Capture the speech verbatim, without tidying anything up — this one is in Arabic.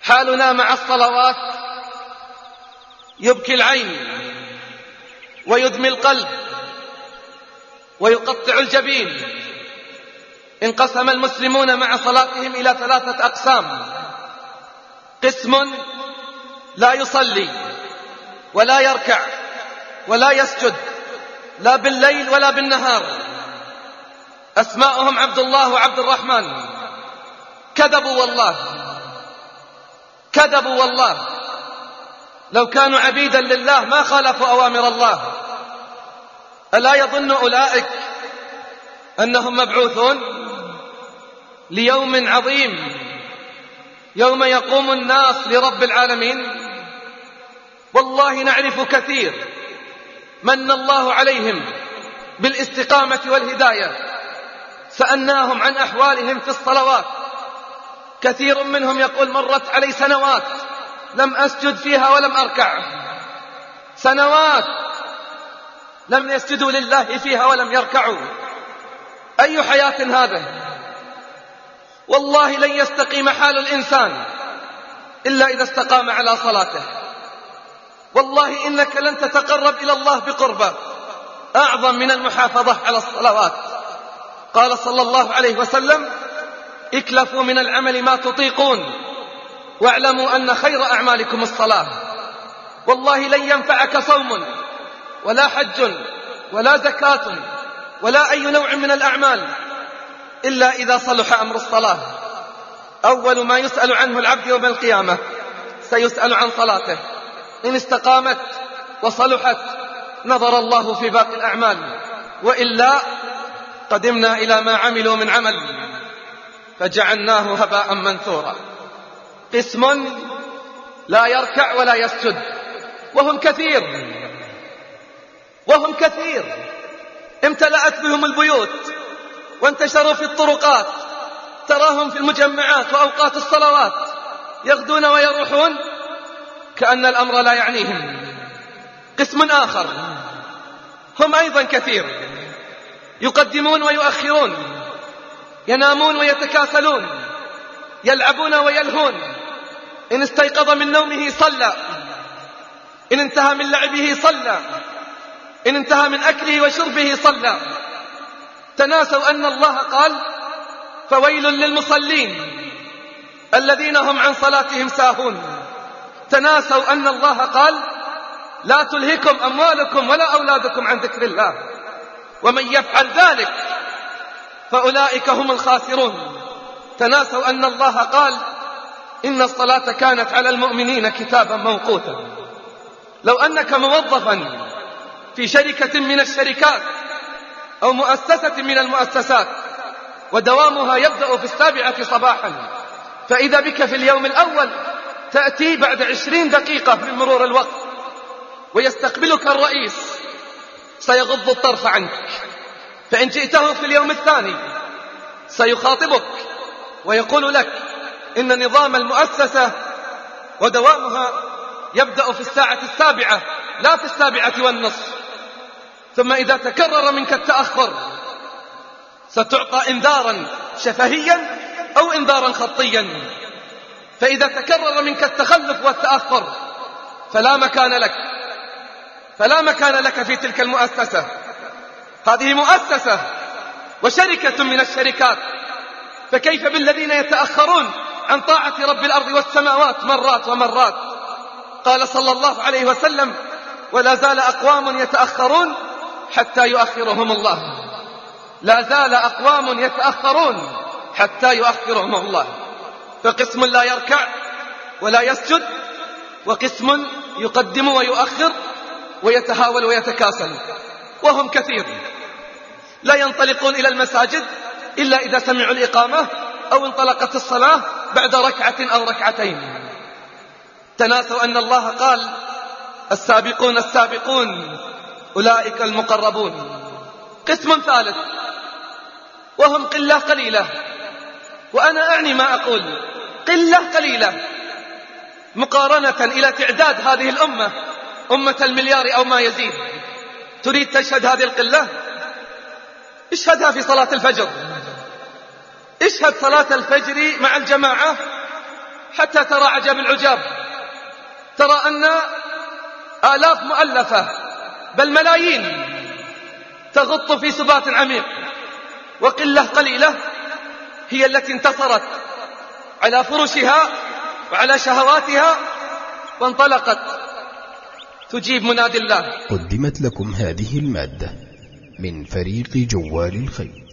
حالنا مع الصلوات يبكي العين ويدمي القلب ويقطع الجبين. انقسم المسلمون مع صلاتهم إلى ثلاثة أقسام: قسم لا يصلي ولا يركع ولا يسجد لا بالليل ولا بالنهار، أسماؤهم عبد الله وعبد الرحمن. كذبوا والله، كذبوا والله. لو كانوا عبيدا لله ما خالفوا أوامر الله. ألا يظن أولئك أنهم مبعوثون ليوم عظيم، يوم يقوم الناس لرب العالمين؟ والله نعرف كثير من الله عليهم بالاستقامة والهداية، سألناهم عن أحوالهم في الصلوات. كثير منهم يقول: مرت علي سنوات لم أسجد فيها ولم أركع، سنوات لم يسجدوا لله فيها ولم يركعوا. أي حياة هذا؟ والله لن يستقيم حال الإنسان إلا إذا استقام على صلاته. والله إنك لن تتقرب إلى الله بقربة أعظم من المحافظة على الصلوات. قال صلى الله عليه وسلم: اكلفوا من العمل ما تطيقون واعلموا أن خير أعمالكم الصلاة. والله لن ينفعك صوم ولا حج ولا زكاة ولا أي نوع من الأعمال إلا إذا صلح أمر الصلاة. أول ما يسأل عنه العبد يوم القيامة سيسأل عن صلاته. إن استقامت وصلحت نظر الله في باقي الأعمال، وإلا قدمنا إلى ما عملوا من عمل فجعلناه هباء منثورا. قسم لا يركع ولا يسجد، وهم كثير وهم كثير امتلأت بهم البيوت وانتشروا في الطرقات. تراهم في المجمعات وأوقات الصلوات يغدون ويروحون كأن الأمر لا يعنيهم. قسم آخر هم أيضا كثير، يقدمون ويؤخرون، ينامون ويتكاسلون، يلعبون ويلهون. إن استيقظ من نومه صلى، إن انتهى من لعبه صلى، إن انتهى من أكله وشربه صلى. تناسوا أن الله قال: فويل للمصلين الذين هم عن صلاتهم ساهون. تناسوا أن الله قال: لا تلهكم أموالكم ولا أولادكم عن ذكر الله، ومن يفعل ذلك فأولئك هم الخاسرون. تناسوا أن الله قال: إن الصلاة كانت على المؤمنين كتابا موقوتا. لو أنك موظفا في شركة من الشركات أو مؤسسة من المؤسسات ودوامها يبدأ في السابعة صباحا، فإذا بك في اليوم الأول تأتي بعد عشرين دقيقة من مرور الوقت ويستقبلك الرئيس سيغض الطرف عنك. فإن جئته في اليوم الثاني سيخاطبك ويقول لك إن نظام المؤسسة ودوامها يبدأ في الساعة السابعة لا في السابعة والنصف. ثم إذا تكرر منك التأخر ستعطى إنذارا شفهيا أو إنذارا خطيا. فإذا تكرر منك التخلف والتأخر فلا مكان لك، فلا مكان لك في تلك المؤسسة. هذه مؤسسة وشركة من الشركات، فكيف بالذين يتأخرون عن طاعة رب الأرض والسماوات مرات ومرات؟ قال صلى الله عليه وسلم: ولا زال أقوام يتأخرون حتى يؤخرهم الله. لا زال أقوام يتأخرون حتى يؤخرهم الله. فقسم لا يركع ولا يسجد، وقسم يقدم ويؤخر ويتهاول ويتكاسل، وهم كثير. لا ينطلقون إلى المساجد إلا إذا سمعوا الإقامة أو انطلقت الصلاة بعد ركعة أو ركعتين. تناسوا أن الله قال: السابقون السابقون أولئك المقربون. قسم ثالث وهم قلة قليلة، وأنا أعني ما أقول، قلة قليلة مقارنة إلى تعداد هذه الأمة، أمة المليار أو ما يزيد. تريد تشهد هذه القلة؟ اشهدها في صلاة الفجر. اشهد صلاة الفجر مع الجماعة حتى ترى عجب العجاب، ترى أن آلاف مؤلفة بل ملايين تغط في سبات عميق، وقلة قليلة هي التي انتصرت على فرشها وعلى شهواتها وانطلقت تجيب منادي الله. قدمت لكم هذه المادة من فريق جوال الخير.